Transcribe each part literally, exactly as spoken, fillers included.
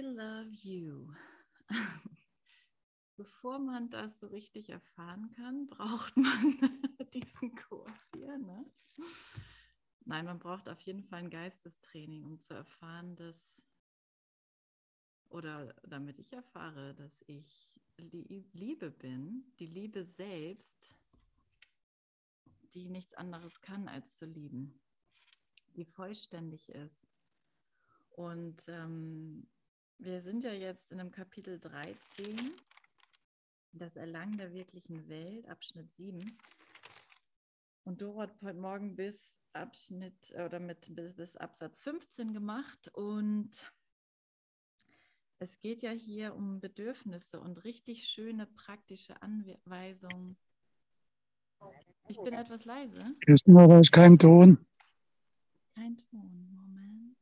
love you. Bevor man das so richtig erfahren kann, braucht man diesen Kurs hier. Ne? Nein, man braucht auf jeden Fall ein Geistestraining, um zu erfahren, dass, oder damit ich erfahre, dass ich Liebe bin, die Liebe selbst, die nichts anderes kann, als zu lieben, die vollständig ist. Und ähm, wir sind ja jetzt in dem Kapitel dreizehn, das Erlangen der wirklichen Welt, Abschnitt sieben. Und Doro hat heute Morgen bis Abschnitt oder mit bis, bis Absatz fünfzehn gemacht. Und es geht ja hier um Bedürfnisse und richtig schöne praktische Anweisungen. Ich bin etwas leise. Kirsten, aber ist kein Ton. Kein Ton, Moment.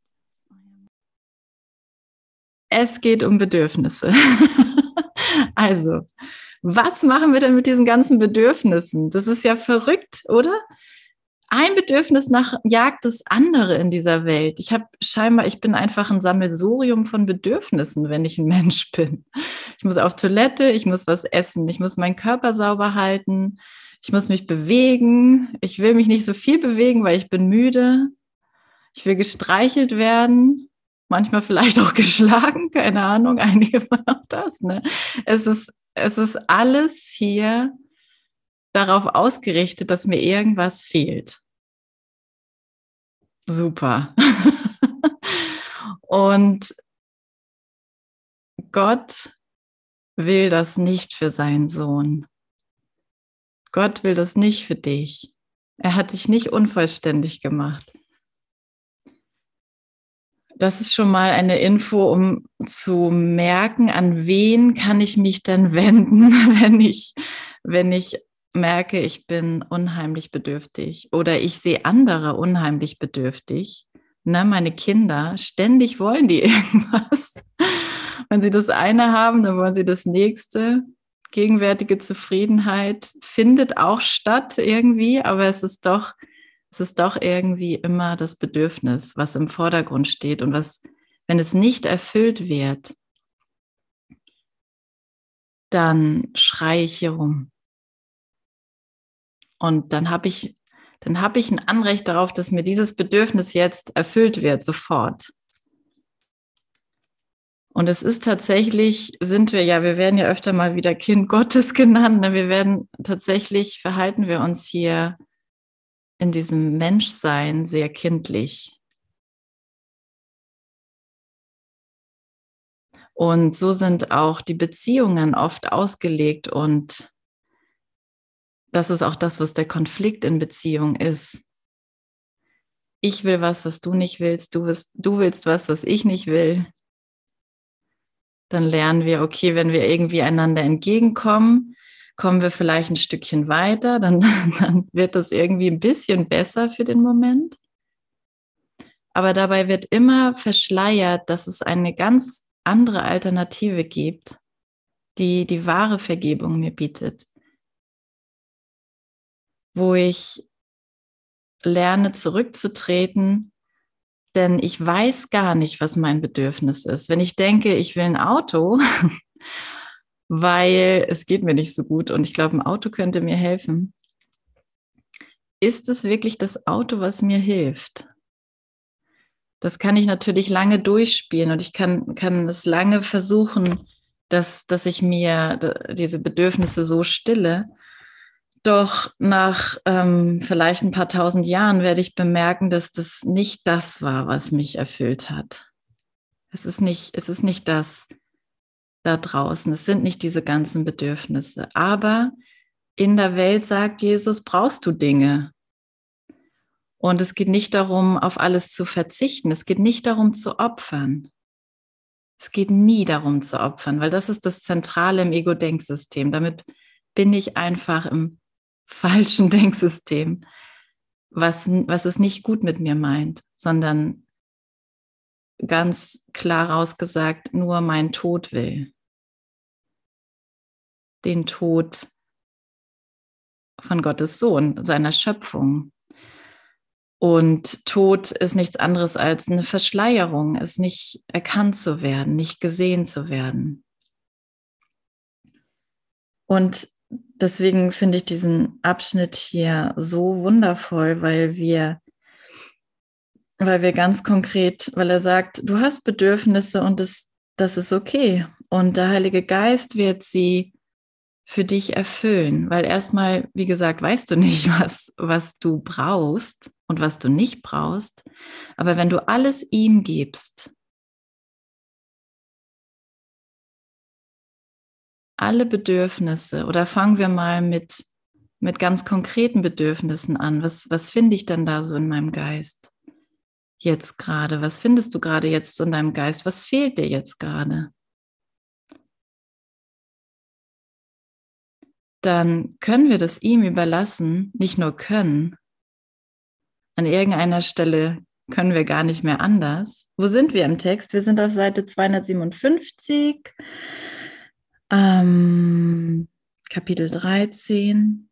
Es geht um Bedürfnisse. Also, was machen wir denn mit diesen ganzen Bedürfnissen? Das ist ja verrückt, oder? Ein Bedürfnis nach jagt das andere in dieser Welt. Ich habe scheinbar, ich bin einfach ein Sammelsurium von Bedürfnissen, wenn ich ein Mensch bin. Ich muss auf Toilette, ich muss was essen, ich muss meinen Körper sauber halten, ich muss mich bewegen. Ich will mich nicht so viel bewegen, weil ich bin müde. Ich will gestreichelt werden, manchmal vielleicht auch geschlagen, keine Ahnung, einige von auch das. Ne? Es ist, es ist alles hier darauf ausgerichtet, dass mir irgendwas fehlt. Super. Und Gott will das nicht für seinen Sohn. Gott will das nicht für dich. Er hat dich nicht unvollständig gemacht. Das ist schon mal eine Info, um zu merken, an wen kann ich mich denn wenden, wenn ich, wenn ich merke, ich bin unheimlich bedürftig oder ich sehe andere unheimlich bedürftig. Ne, meine Kinder, ständig wollen die irgendwas. Wenn sie das eine haben, dann wollen sie das nächste. Gegenwärtige Zufriedenheit findet auch statt irgendwie, aber es ist doch Es ist doch irgendwie immer das Bedürfnis, was im Vordergrund steht und was, wenn es nicht erfüllt wird, dann schreie ich hier rum. Und dann habe ich, dann habe ich ein Anrecht darauf, dass mir dieses Bedürfnis jetzt erfüllt wird, sofort. Und es ist tatsächlich, sind wir ja, wir werden ja öfter mal wieder Kind Gottes genannt. Ne? Wir werden tatsächlich, verhalten wir uns hier in diesem Menschsein sehr kindlich. Und so sind auch die Beziehungen oft ausgelegt und das ist auch das, was der Konflikt in Beziehung ist. Ich will was, was du nicht willst, du willst, du willst was, was ich nicht will. Dann lernen wir, okay, wenn wir irgendwie einander entgegenkommen, kommen wir vielleicht ein Stückchen weiter, dann, dann wird das irgendwie ein bisschen besser für den Moment. Aber dabei wird immer verschleiert, dass es eine ganz andere Alternative gibt, die die wahre Vergebung mir bietet, wo ich lerne zurückzutreten, denn ich weiß gar nicht, was mein Bedürfnis ist. Wenn ich denke, ich will ein Auto, weil es geht mir nicht so gut und ich glaube, ein Auto könnte mir helfen, ist es wirklich das Auto, was mir hilft? Das kann ich natürlich lange durchspielen und ich kann, kann es lange versuchen, dass, dass ich mir diese Bedürfnisse so stille. Doch nach ähm, vielleicht ein paar tausend Jahren werde ich bemerken, dass das nicht das war, was mich erfüllt hat. Es ist nicht, es ist nicht das da draußen. Es sind nicht diese ganzen Bedürfnisse. Aber in der Welt, sagt Jesus, brauchst du Dinge. Und es geht nicht darum, auf alles zu verzichten. Es geht nicht darum, zu opfern. Es geht nie darum, zu opfern, weil das ist das Zentrale im Ego-Denksystem. Damit bin ich einfach im falschen Denksystem, was, was es nicht gut mit mir meint, sondern ganz klar rausgesagt, nur mein Tod will. Den Tod von Gottes Sohn, seiner Schöpfung. Und Tod ist nichts anderes als eine Verschleierung, ist nicht erkannt zu werden, nicht gesehen zu werden. Und deswegen finde ich diesen Abschnitt hier so wundervoll, weil wir, weil wir ganz konkret, weil er sagt, du hast Bedürfnisse und das, das ist okay. Und der Heilige Geist wird sie für dich erfüllen, weil erstmal, wie gesagt, weißt du nicht, was, was du brauchst und was du nicht brauchst. Aber wenn du alles ihm gibst, alle Bedürfnisse, oder fangen wir mal mit, mit ganz konkreten Bedürfnissen an. Was, was finde ich denn da so in meinem Geist jetzt gerade? Was findest du gerade jetzt in deinem Geist? Was fehlt dir jetzt gerade? Dann können wir das ihm überlassen, nicht nur können. An irgendeiner Stelle können wir gar nicht mehr anders. Wo sind wir im Text? Wir sind auf Seite zweihundertsiebenundfünfzig, ähm, Kapitel dreizehn,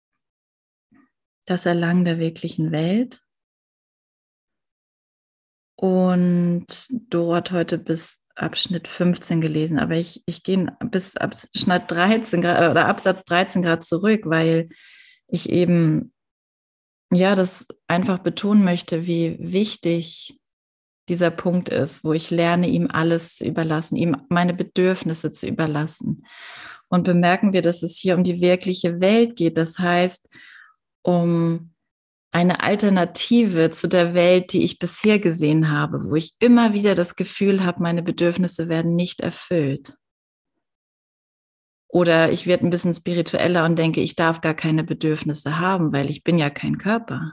das Erlangen der wirklichen Welt. Und Doro hat heute bis Abschnitt fünfzehn gelesen, aber ich, ich gehe bis Abschnitt dreizehn oder Absatz dreizehn gerade zurück, weil ich eben ja das einfach betonen möchte, wie wichtig dieser Punkt ist, wo ich lerne, ihm alles zu überlassen, ihm meine Bedürfnisse zu überlassen. Und bemerken wir, dass es hier um die wirkliche Welt geht, das heißt, um eine Alternative zu der Welt, die ich bisher gesehen habe, wo ich immer wieder das Gefühl habe, meine Bedürfnisse werden nicht erfüllt. Oder ich werde ein bisschen spiritueller und denke, ich darf gar keine Bedürfnisse haben, weil ich bin ja kein Körper.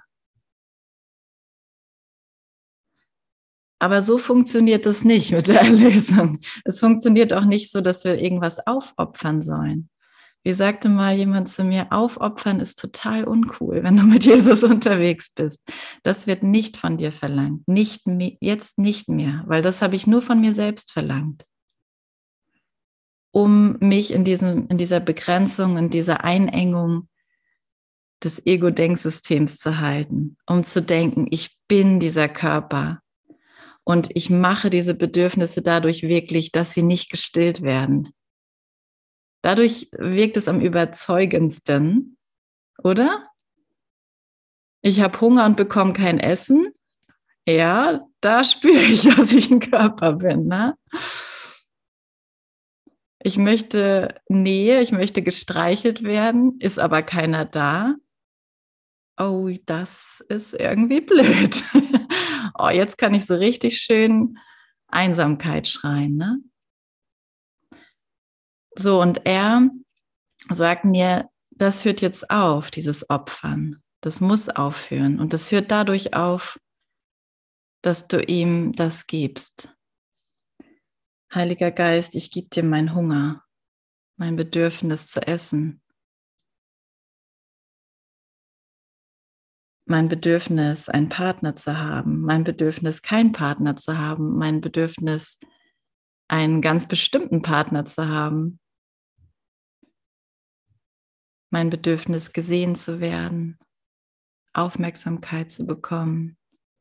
Aber so funktioniert es nicht mit der Erlösung. Es funktioniert auch nicht so, dass wir irgendwas aufopfern sollen. Wie sagte mal jemand zu mir, aufopfern ist total uncool, wenn du mit Jesus unterwegs bist. Das wird nicht von dir verlangt, nicht jetzt nicht mehr, weil das habe ich nur von mir selbst verlangt, um mich in, diesem, in dieser Begrenzung, in dieser Einengung des Ego-Denksystems zu halten, um zu denken, ich bin dieser Körper und ich mache diese Bedürfnisse dadurch wirklich, dass sie nicht gestillt werden. Dadurch wirkt es am überzeugendsten, oder? Ich habe Hunger und bekomme kein Essen. Ja, da spüre ich, dass ich ein Körper bin. Ne? Ich möchte Nähe, ich möchte gestreichelt werden, ist aber keiner da. Oh, das ist irgendwie blöd. Oh, jetzt kann ich so richtig schön Einsamkeit schreien. Ne? So, und er sagt mir, das hört jetzt auf, dieses Opfern. Das muss aufhören. Und das hört dadurch auf, dass du ihm das gibst. Heiliger Geist, ich gebe dir meinen Hunger, mein Bedürfnis zu essen, mein Bedürfnis, einen Partner zu haben, mein Bedürfnis, keinen Partner zu haben, mein Bedürfnis, einen ganz bestimmten Partner zu haben, mein Bedürfnis, gesehen zu werden, Aufmerksamkeit zu bekommen.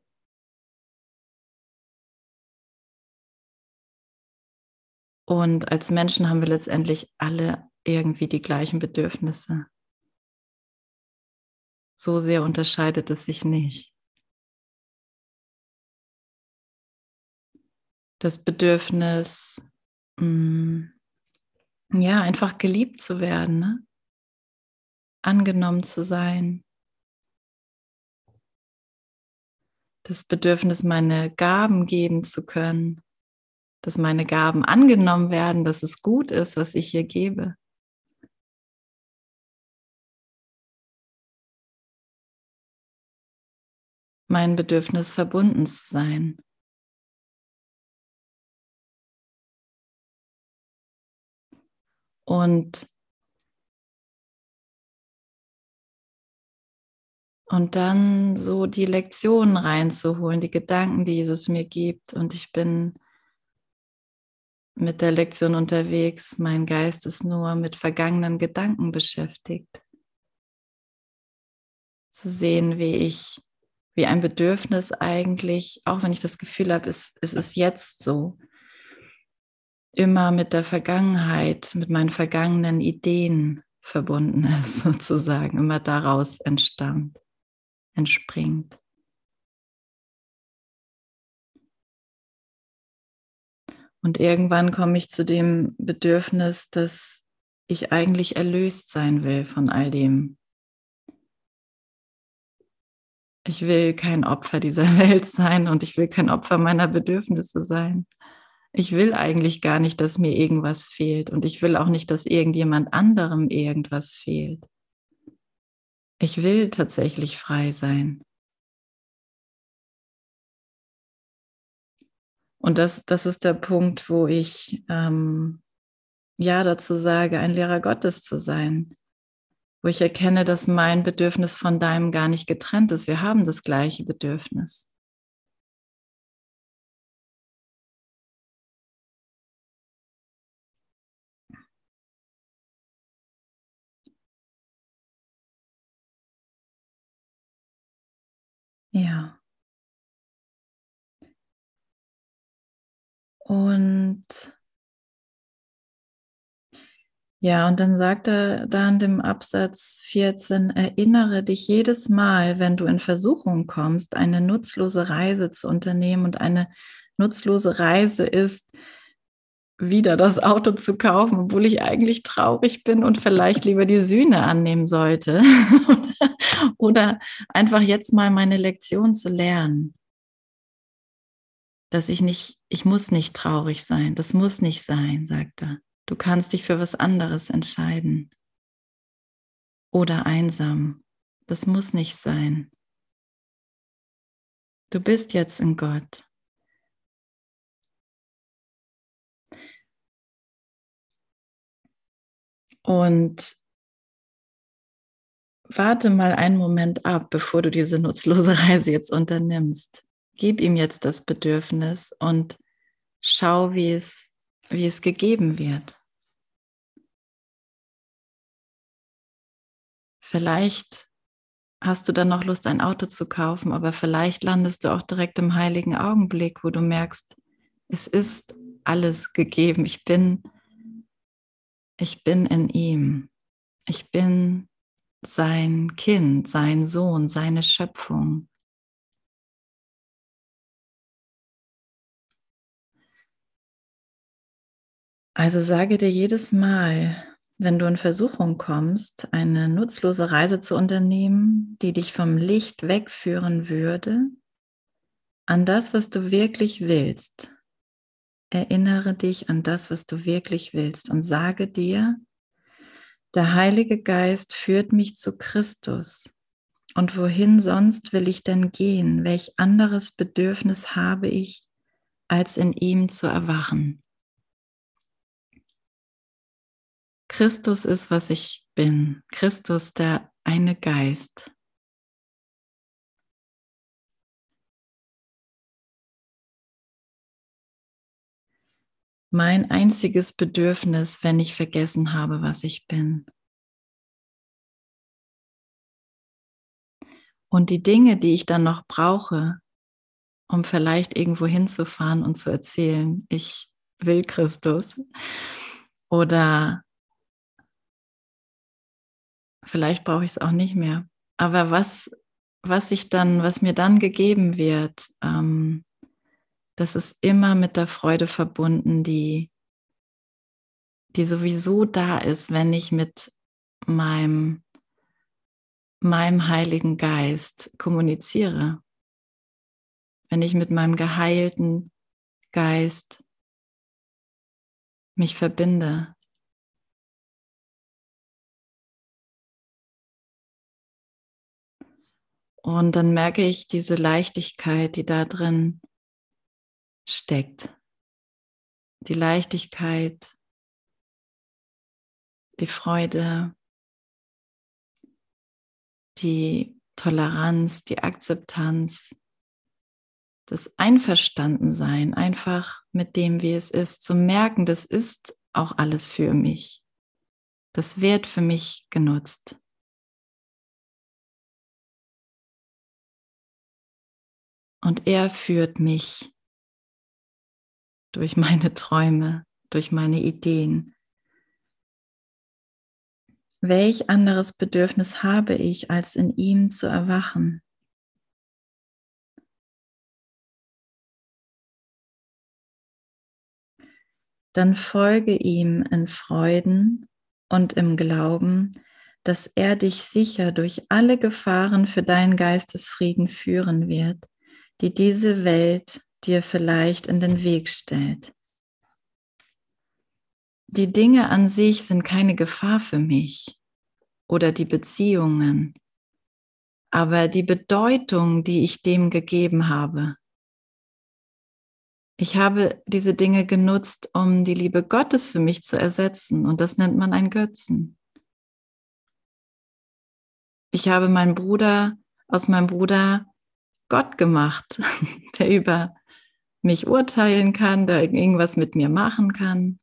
Und als Menschen haben wir letztendlich alle irgendwie die gleichen Bedürfnisse. So sehr unterscheidet es sich nicht. Das Bedürfnis, mh, ja, einfach geliebt zu werden, ne? Angenommen zu sein. Das Bedürfnis, meine Gaben geben zu können, dass meine Gaben angenommen werden, dass es gut ist, was ich hier gebe. Mein Bedürfnis, verbunden zu sein. Und, und dann so die Lektionen reinzuholen, die Gedanken, die Jesus mir gibt. Und ich bin mit der Lektion unterwegs. Mein Geist ist nur mit vergangenen Gedanken beschäftigt. Zu sehen, wie ich wie ein Bedürfnis eigentlich, auch wenn ich das Gefühl habe, es, es ist jetzt so, immer mit der Vergangenheit, mit meinen vergangenen Ideen verbunden ist, sozusagen, immer daraus entstammt, entspringt. Und irgendwann komme ich zu dem Bedürfnis, dass ich eigentlich erlöst sein will von all dem. Ich will kein Opfer dieser Welt sein und ich will kein Opfer meiner Bedürfnisse sein. Ich will eigentlich gar nicht, dass mir irgendwas fehlt und ich will auch nicht, dass irgendjemand anderem irgendwas fehlt. Ich will tatsächlich frei sein. Und das, das ist der Punkt, wo ich ähm, ja dazu sage, ein Lehrer Gottes zu sein. Wo ich erkenne, dass mein Bedürfnis von deinem gar nicht getrennt ist. Wir haben das gleiche Bedürfnis. Ja. Und ja, und dann sagt er da in dem Absatz vierzehn, erinnere dich jedes Mal, wenn du in Versuchung kommst, eine nutzlose Reise zu unternehmen. Und eine nutzlose Reise ist, wieder das Auto zu kaufen, obwohl ich eigentlich traurig bin und vielleicht lieber die Sühne annehmen sollte. Oder einfach jetzt mal meine Lektion zu lernen. Dass ich nicht, ich muss nicht traurig sein. Das muss nicht sein, sagt er. Du kannst dich für was anderes entscheiden. Oder einsam. Das muss nicht sein. Du bist jetzt in Gott. Und warte mal einen Moment ab, bevor du diese nutzlose Reise jetzt unternimmst. Gib ihm jetzt das Bedürfnis und schau, wie es, wie es gegeben wird. Vielleicht hast du dann noch Lust, ein Auto zu kaufen, aber vielleicht landest du auch direkt im heiligen Augenblick, wo du merkst, es ist alles gegeben. Ich bin, ich bin in ihm. Ich bin sein Kind, sein Sohn, seine Schöpfung. Also sage dir jedes Mal, wenn du in Versuchung kommst, eine nutzlose Reise zu unternehmen, die dich vom Licht wegführen würde, an das, was du wirklich willst. Erinnere dich an das, was du wirklich willst und sage dir, der Heilige Geist führt mich zu Christus. Und wohin sonst will ich denn gehen? Welch anderes Bedürfnis habe ich, als in ihm zu erwachen? Christus ist, was ich bin. Christus, der eine Geist. Mein einziges Bedürfnis, wenn ich vergessen habe, was ich bin. Und die Dinge, die ich dann noch brauche, um vielleicht irgendwo hinzufahren und zu erzählen, ich will Christus. Oder vielleicht brauche ich es auch nicht mehr. Aber was, was ich dann, was mir dann gegeben wird, ähm, das ist immer mit der Freude verbunden, die, die sowieso da ist, wenn ich mit meinem, meinem Heiligen Geist kommuniziere. Wenn ich mit meinem geheilten Geist mich verbinde. Und dann merke ich diese Leichtigkeit, die da drin steckt. Die Leichtigkeit, die Freude, die Toleranz, die Akzeptanz, das Einverstandensein, einfach mit dem, wie es ist, zu merken, das ist auch alles für mich. Das wird für mich genutzt. Und er führt mich durch meine Träume, durch meine Ideen. Welch anderes Bedürfnis habe ich, als in ihm zu erwachen? Dann folge ihm in Freuden und im Glauben, dass er dich sicher durch alle Gefahren für deinen Geistesfrieden führen wird, die diese Welt dir vielleicht in den Weg stellt. Die Dinge an sich sind keine Gefahr für mich oder die Beziehungen, aber die Bedeutung, die ich dem gegeben habe. Ich habe diese Dinge genutzt, um die Liebe Gottes für mich zu ersetzen, und das nennt man einen Götzen. Ich habe meinen Bruder, aus meinem Bruder Gott gemacht, der über mich urteilen kann, der irgendwas mit mir machen kann.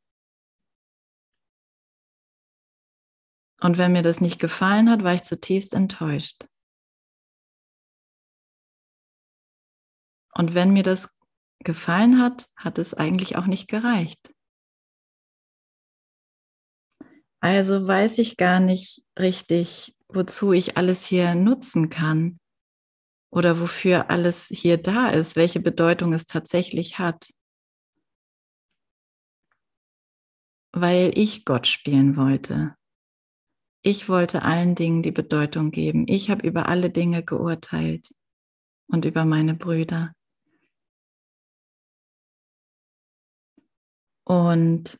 Und wenn mir das nicht gefallen hat, war ich zutiefst enttäuscht. Und wenn mir das gefallen hat, hat es eigentlich auch nicht gereicht. Also weiß ich gar nicht richtig, wozu ich alles hier nutzen kann oder wofür alles hier da ist, welche Bedeutung es tatsächlich hat. Weil ich Gott spielen wollte. Ich wollte allen Dingen die Bedeutung geben. Ich habe über alle Dinge geurteilt und über meine Brüder. Und,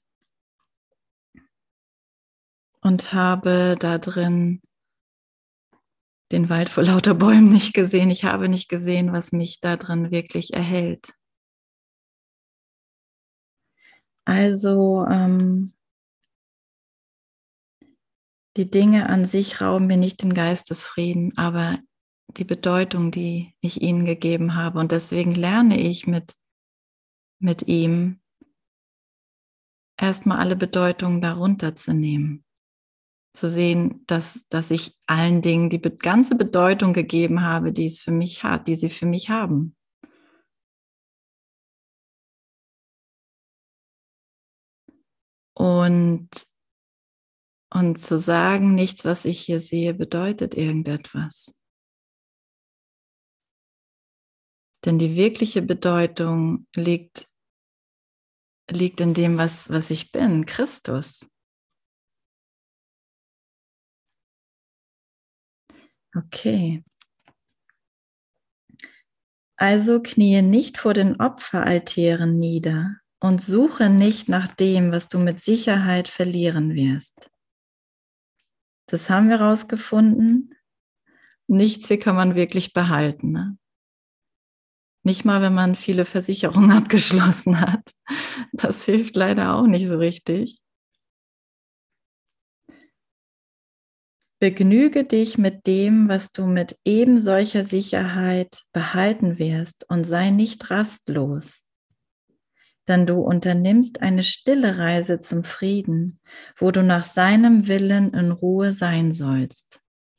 und habe da drin den Wald vor lauter Bäumen nicht gesehen. Ich habe nicht gesehen, was mich da drin wirklich erhält. Also ähm, die Dinge an sich rauben mir nicht den Geistesfrieden, aber die Bedeutung, die ich ihnen gegeben habe. Und deswegen lerne ich mit, mit ihm, erstmal alle Bedeutungen darunter zu nehmen. Zu sehen, dass, dass ich allen Dingen die ganze Bedeutung gegeben habe, die es für mich hat, die sie für mich haben. Und, und zu sagen, nichts, was ich hier sehe, bedeutet irgendetwas. Denn die wirkliche Bedeutung liegt, liegt in dem, was, was ich bin, Christus. Okay. Also kniee nicht vor den Opferaltären nieder und suche nicht nach dem, was du mit Sicherheit verlieren wirst. Das haben wir rausgefunden. Nichts hier kann man wirklich behalten. Ne? Nicht mal, wenn man viele Versicherungen abgeschlossen hat. Das hilft leider auch nicht so richtig. Begnüge dich mit dem, was du mit eben solcher Sicherheit behalten wirst, und sei nicht rastlos. Denn du unternimmst eine stille Reise zum Frieden, wo du nach seinem Willen in Ruhe sein sollst.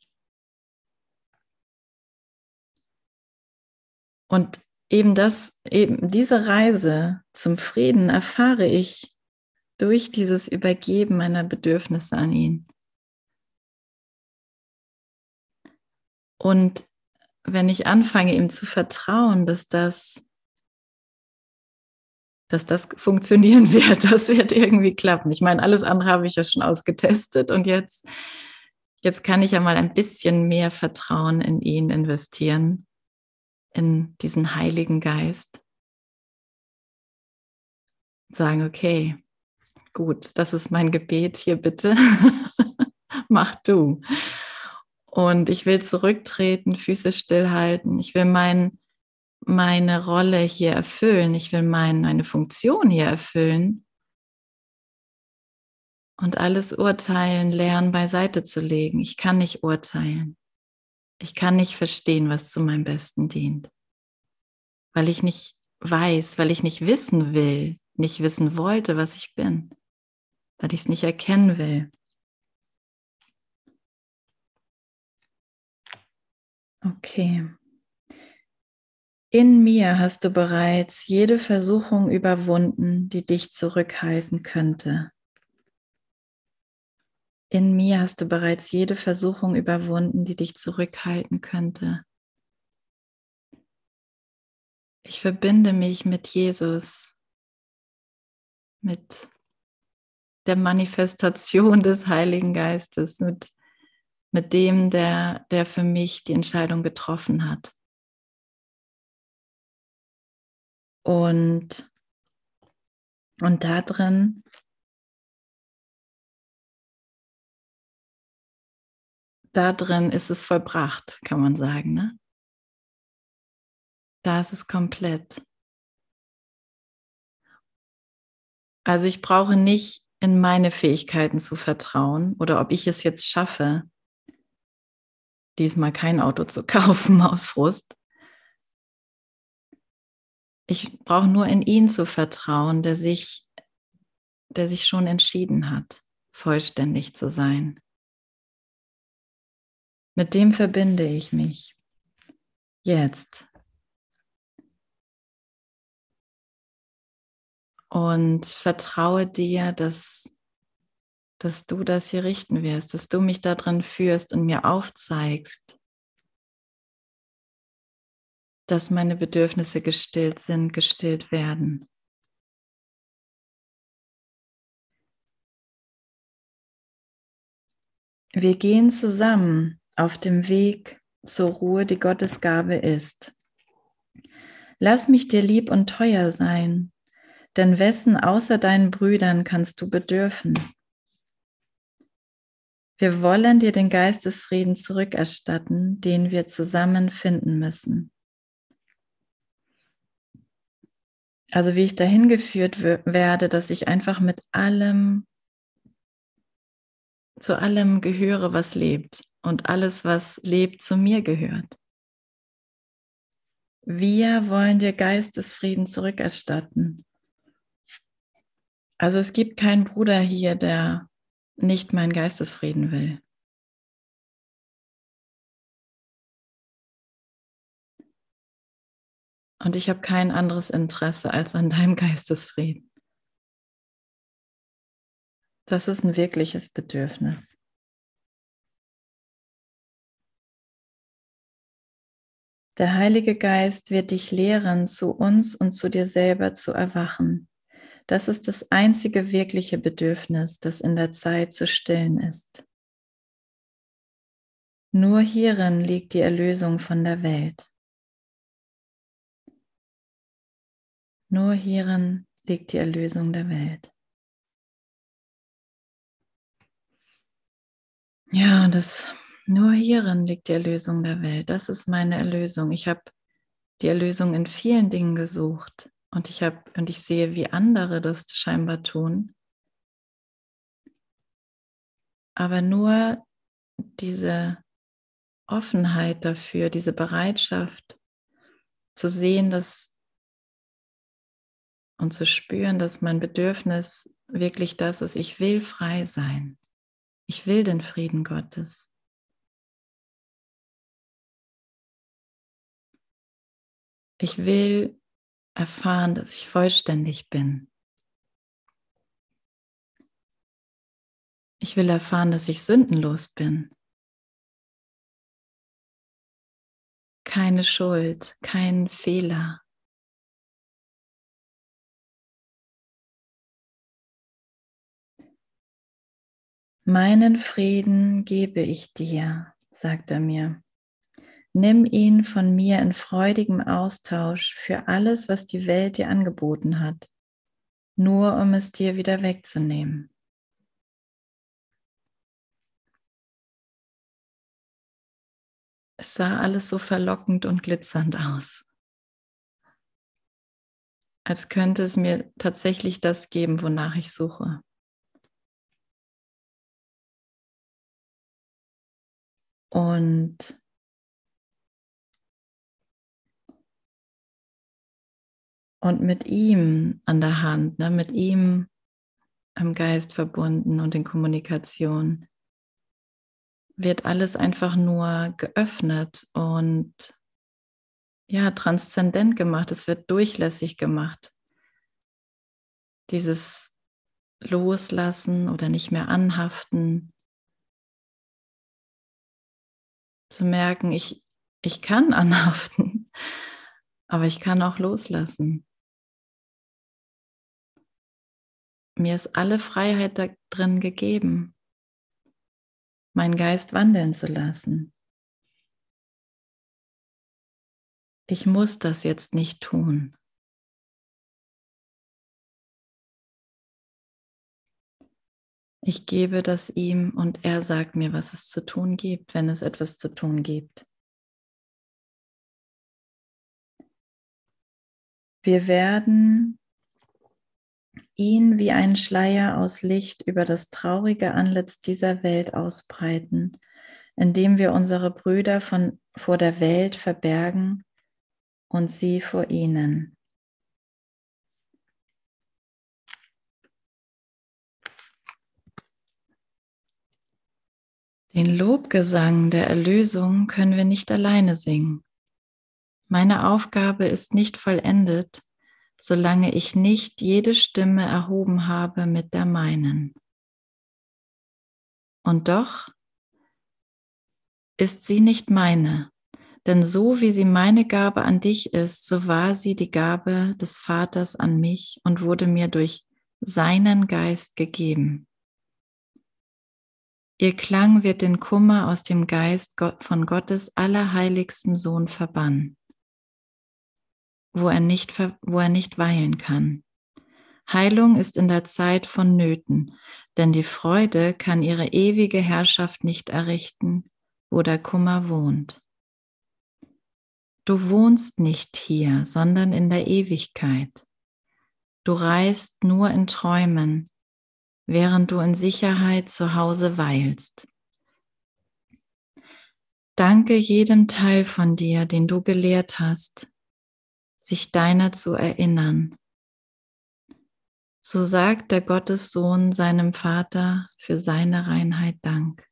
Und eben das, eben diese Reise zum Frieden erfahre ich durch dieses Übergeben meiner Bedürfnisse an ihn. Und wenn ich anfange, ihm zu vertrauen, dass das, dass das funktionieren wird, das wird irgendwie klappen. Ich meine, alles andere habe ich ja schon ausgetestet, und jetzt, jetzt kann ich ja mal ein bisschen mehr Vertrauen in ihn investieren, in diesen Heiligen Geist. Sagen, okay, gut, das ist mein Gebet hier, bitte. Mach du. Und ich will zurücktreten, Füße stillhalten. Ich will mein, meine Rolle hier erfüllen. Ich will mein, meine Funktion hier erfüllen. Und alles Urteilen lernen, beiseite zu legen. Ich kann nicht urteilen. Ich kann nicht verstehen, was zu meinem Besten dient. Weil ich nicht weiß, weil ich nicht wissen will, nicht wissen wollte, was ich bin. Weil ich es nicht erkennen will. Okay. In mir hast du bereits jede Versuchung überwunden, die dich zurückhalten könnte. In mir hast du bereits jede Versuchung überwunden, die dich zurückhalten könnte. Ich verbinde mich mit Jesus, mit der Manifestation des Heiligen Geistes, mit, mit dem, der, der für mich die Entscheidung getroffen hat. Und, und da drin da drin ist es vollbracht, kann man sagen, ne? Da ist es komplett. Also ich brauche nicht in meine Fähigkeiten zu vertrauen oder ob ich es jetzt schaffe, diesmal kein Auto zu kaufen aus Frust. Ich brauche nur in ihn zu vertrauen, der sich, der sich schon entschieden hat, vollständig zu sein. Mit dem verbinde ich mich jetzt. Und vertraue dir, dass, dass du das hier richten wirst, dass du mich da drin führst und mir aufzeigst, dass meine Bedürfnisse gestillt sind, gestillt werden. Wir gehen zusammen auf dem Weg zur Ruhe, die Gottes Gabe ist. Lass mich dir lieb und teuer sein, denn wessen außer deinen Brüdern kannst du bedürfen? Wir wollen dir den Geist des Friedens zurückerstatten, den wir zusammen finden müssen. Also wie ich dahin geführt werde, dass ich einfach mit allem, zu allem gehöre, was lebt und alles, was lebt, zu mir gehört. Wir wollen dir Geist des Friedens zurückerstatten. Also es gibt keinen Bruder hier, der nicht meinen Geistesfrieden will. Und ich habe kein anderes Interesse als an deinem Geistesfrieden. Das ist ein wirkliches Bedürfnis. Der Heilige Geist wird dich lehren, zu uns und zu dir selber zu erwachen. Das ist das einzige wirkliche Bedürfnis, das in der Zeit zu stillen ist. Nur hierin liegt die Erlösung von der Welt. Nur hierin liegt die Erlösung der Welt. Ja, das, nur hierin liegt die Erlösung der Welt. Das ist meine Erlösung. Ich habe die Erlösung in vielen Dingen gesucht und ich habe und ich sehe, wie andere das scheinbar tun. Aber nur diese Offenheit dafür, diese Bereitschaft zu sehen, dass und zu spüren, dass mein Bedürfnis wirklich das ist, ich will frei sein. Ich will den Frieden Gottes. Ich will erfahren, dass ich vollständig bin. Ich will erfahren, dass ich sündenlos bin. Keine Schuld, kein Fehler. Meinen Frieden gebe ich dir, sagt er mir. Nimm ihn von mir in freudigem Austausch für alles, was die Welt dir angeboten hat, nur um es dir wieder wegzunehmen. Es sah alles so verlockend und glitzernd aus, als könnte es mir tatsächlich das geben, wonach ich suche. Und Und mit ihm an der Hand, ne, mit ihm am Geist verbunden und in Kommunikation, wird alles einfach nur geöffnet und ja, transzendent gemacht, es wird durchlässig gemacht. Dieses Loslassen oder nicht mehr anhaften. Zu merken, ich, ich kann anhaften, aber ich kann auch loslassen. Mir ist alle Freiheit da drin gegeben, meinen Geist wandeln zu lassen. Ich muss das jetzt nicht tun. Ich gebe das ihm und er sagt mir, was es zu tun gibt, wenn es etwas zu tun gibt. Wir werden ihn wie einen Schleier aus Licht über das traurige Antlitz dieser Welt ausbreiten, indem wir unsere Brüder von, vor der Welt verbergen und sie vor ihnen. Den Lobgesang der Erlösung können wir nicht alleine singen. Meine Aufgabe ist nicht vollendet, solange ich nicht jede Stimme erhoben habe mit der meinen. Und doch ist sie nicht meine, denn so wie sie meine Gabe an dich ist, so war sie die Gabe des Vaters an mich und wurde mir durch seinen Geist gegeben. Ihr Klang wird den Kummer aus dem Geist von Gottes allerheiligstem Sohn verbannen, wo er nicht, wo er nicht weilen kann. Heilung ist in der Zeit vonnöten, denn die Freude kann ihre ewige Herrschaft nicht errichten, wo der Kummer wohnt. Du wohnst nicht hier, sondern in der Ewigkeit. Du reist nur in Träumen, während du in Sicherheit zu Hause weilst. Danke jedem Teil von dir, den du gelehrt hast, sich deiner zu erinnern. So sagt der Gottessohn seinem Vater für seine Reinheit Dank.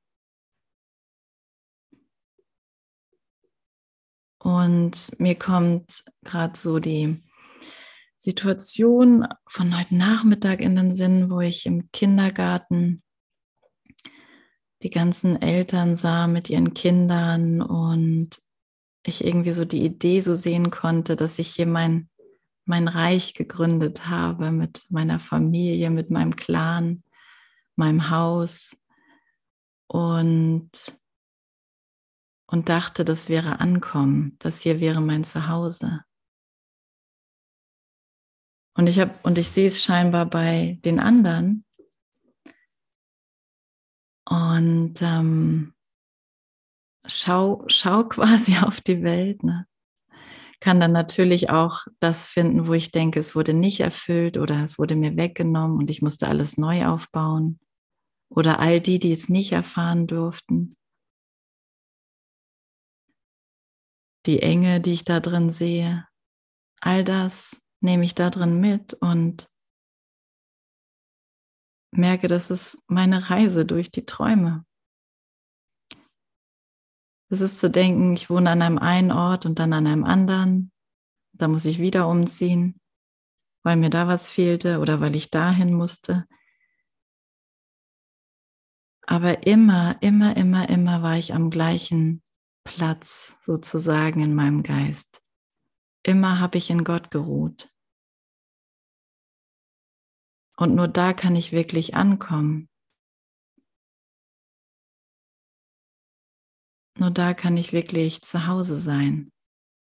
Und mir kommt gerade so die Situation von heute Nachmittag in den Sinn, wo ich im Kindergarten die ganzen Eltern sah mit ihren Kindern und ich irgendwie so die Idee so sehen konnte, dass ich hier mein, mein Reich gegründet habe mit meiner Familie, mit meinem Clan, meinem Haus und, und dachte, das wäre Ankommen, das hier wäre mein Zuhause. Und ich habe, und ich sehe es scheinbar bei den anderen. Und ähm, schau, schau quasi auf die Welt. Ne? Kann dann natürlich auch das finden, wo ich denke, es wurde nicht erfüllt oder es wurde mir weggenommen und ich musste alles neu aufbauen. Oder all die, die es nicht erfahren durften. Die Enge, die ich da drin sehe. All das nehme ich da drin mit und merke, das ist meine Reise durch die Träume. Es ist zu denken, ich wohne an einem einen Ort und dann an einem anderen. Da muss ich wieder umziehen, weil mir da was fehlte oder weil ich dahin musste. Aber immer, immer, immer, immer war ich am gleichen Platz sozusagen in meinem Geist. Immer habe ich in Gott geruht. Und nur da kann ich wirklich ankommen. Nur da kann ich wirklich zu Hause sein.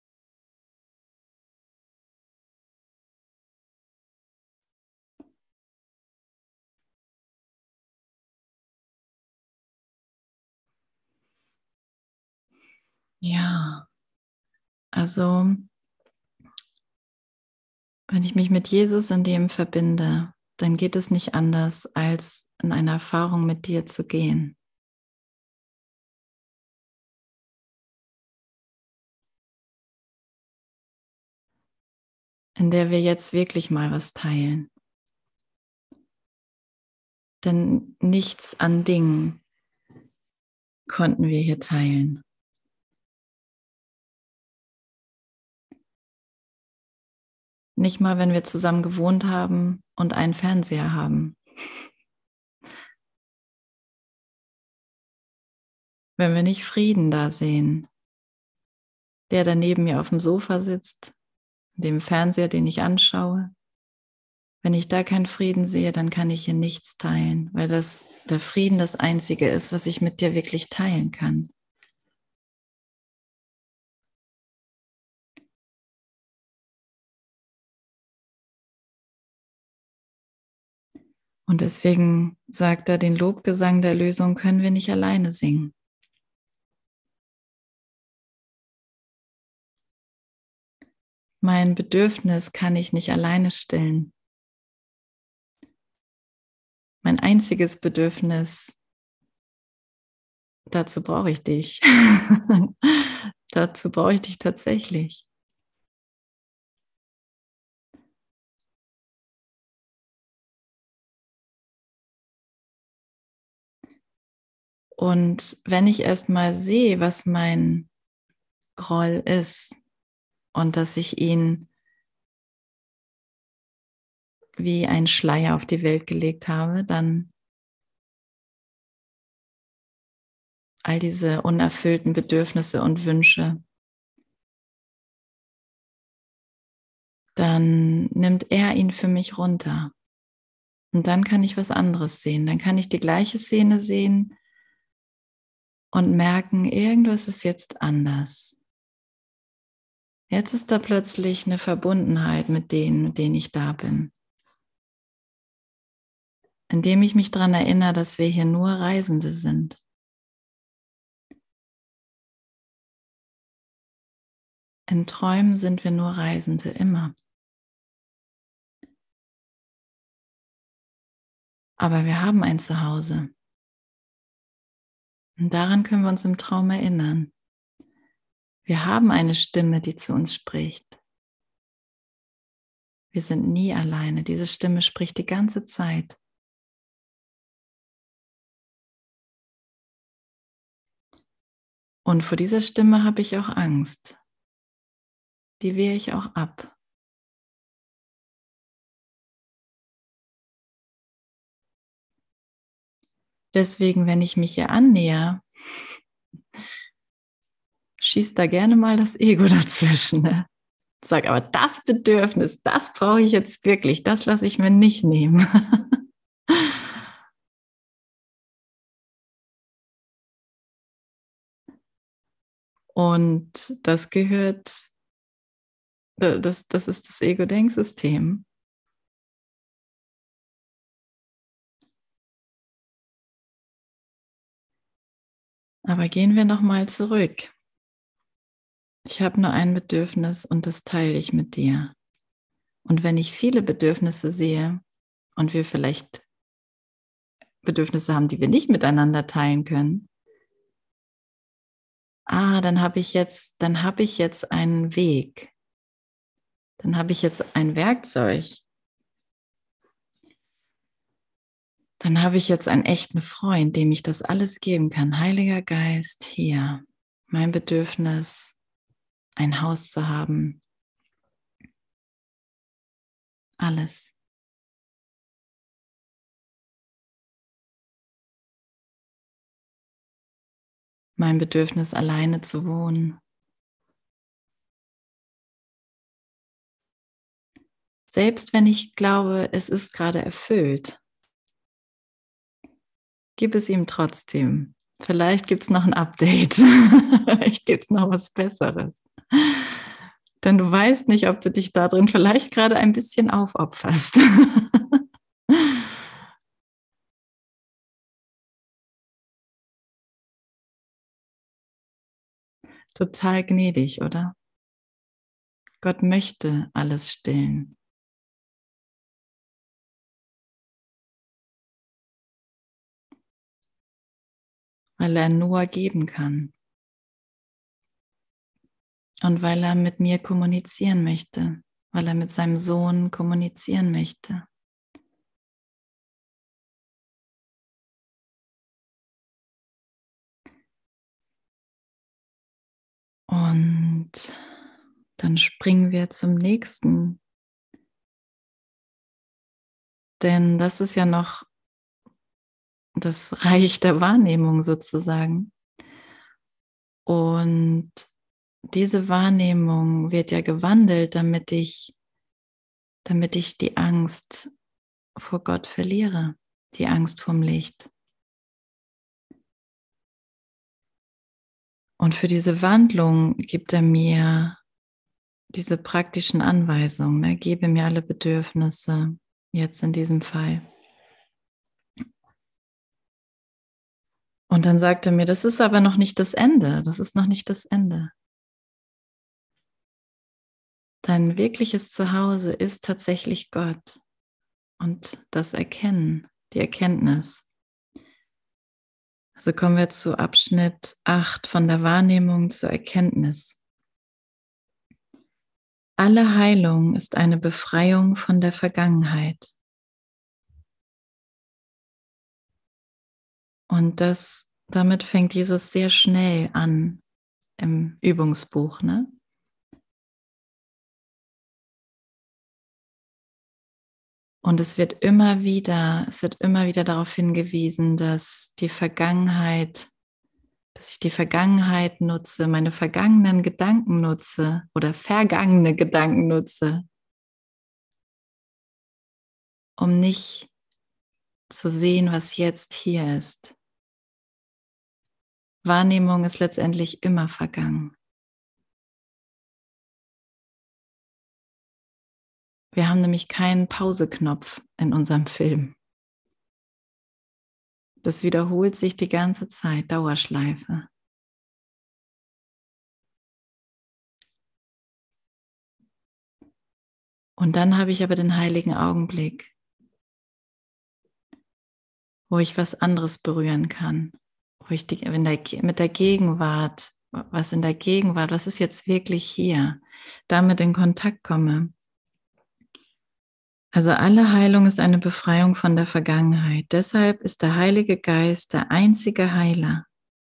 Ja, also wenn ich mich mit Jesus in dem verbinde, dann geht es nicht anders, als in eine Erfahrung mit dir zu gehen. In der wir jetzt wirklich mal was teilen. Denn nichts an Dingen konnten wir hier teilen. Nicht mal, wenn wir zusammen gewohnt haben und einen Fernseher haben. Wenn wir nicht Frieden da sehen, der da neben mir auf dem Sofa sitzt, dem Fernseher, den ich anschaue. Wenn ich da keinen Frieden sehe, dann kann ich hier nichts teilen, weil das, der Frieden das Einzige ist, was ich mit dir wirklich teilen kann. Und deswegen sagt er, den Lobgesang der Erlösung können wir nicht alleine singen. Mein Bedürfnis kann ich nicht alleine stillen. Mein einziges Bedürfnis, dazu brauche ich dich. Dazu brauche ich dich tatsächlich. Und wenn ich erst mal sehe, was mein Groll ist und dass ich ihn wie einen Schleier auf die Welt gelegt habe, dann all diese unerfüllten Bedürfnisse und Wünsche, dann nimmt er ihn für mich runter. Und dann kann ich was anderes sehen. Dann kann ich die gleiche Szene sehen und merken, irgendwas ist jetzt anders. Jetzt ist da plötzlich eine Verbundenheit mit denen, mit denen ich da bin. Indem ich mich daran erinnere, dass wir hier nur Reisende sind. In Träumen sind wir nur Reisende, immer. Aber wir haben ein Zuhause. Und daran können wir uns im Traum erinnern. Wir haben eine Stimme, die zu uns spricht. Wir sind nie alleine. Diese Stimme spricht die ganze Zeit. Und vor dieser Stimme habe ich auch Angst. Die wehre ich auch ab. Deswegen, wenn ich mich ihr annäher, schießt da gerne mal das Ego dazwischen. Ne? Sag, aber das Bedürfnis, das brauche ich jetzt wirklich, das lasse ich mir nicht nehmen. Und das gehört, das, das ist das Ego-Denksystem. Aber gehen wir nochmal zurück. Ich habe nur ein Bedürfnis und das teile ich mit dir. Und wenn ich viele Bedürfnisse sehe und wir vielleicht Bedürfnisse haben, die wir nicht miteinander teilen können, ah, dann habe ich jetzt, dann habe ich jetzt einen Weg. Dann habe ich jetzt ein Werkzeug. Dann habe ich jetzt einen echten Freund, dem ich das alles geben kann. Heiliger Geist, hier, mein Bedürfnis, ein Haus zu haben. Alles. Mein Bedürfnis, alleine zu wohnen. Selbst wenn ich glaube, es ist gerade erfüllt, gib es ihm trotzdem. Vielleicht gibt es noch ein Update. Vielleicht gibt es noch was Besseres. Denn du weißt nicht, ob du dich da drin vielleicht gerade ein bisschen aufopferst. Total gnädig, oder? Gott möchte alles stillen. Weil er nur geben kann. Und weil er mit mir kommunizieren möchte. Weil er mit seinem Sohn kommunizieren möchte. Und dann springen wir zum nächsten Denn das ist ja noch das Reich der Wahrnehmung sozusagen. Und diese Wahrnehmung wird ja gewandelt, damit ich, damit ich die Angst vor Gott verliere, die Angst vorm Licht. Und für diese Wandlung gibt er mir diese praktischen Anweisungen, ne? Gebe mir alle Bedürfnisse, jetzt in diesem Fall. Und dann sagt er mir, das ist aber noch nicht das Ende, das ist noch nicht das Ende. Dein wirkliches Zuhause ist tatsächlich Gott und das Erkennen, die Erkenntnis. Also kommen wir zu Abschnitt acht von der Wahrnehmung zur Erkenntnis. Alle Heilung ist eine Befreiung von der Vergangenheit. Und das, damit fängt Jesus sehr schnell an im Übungsbuch, ne? Und es wird immer wieder, es wird immer wieder darauf hingewiesen, dass die Vergangenheit, dass ich die Vergangenheit nutze, meine vergangenen Gedanken nutze oder vergangene Gedanken nutze, um nicht zu sehen, was jetzt hier ist. Wahrnehmung ist letztendlich immer vergangen. Wir haben nämlich keinen Pauseknopf in unserem Film. Das wiederholt sich die ganze Zeit, Dauerschleife. Und dann habe ich aber den heiligen Augenblick, wo ich was anderes berühren kann, wo ich die, wenn der, mit der Gegenwart, was in der Gegenwart, was ist jetzt wirklich hier, damit in Kontakt komme. Also alle Heilung ist eine Befreiung von der Vergangenheit. Deshalb ist der Heilige Geist der einzige Heiler.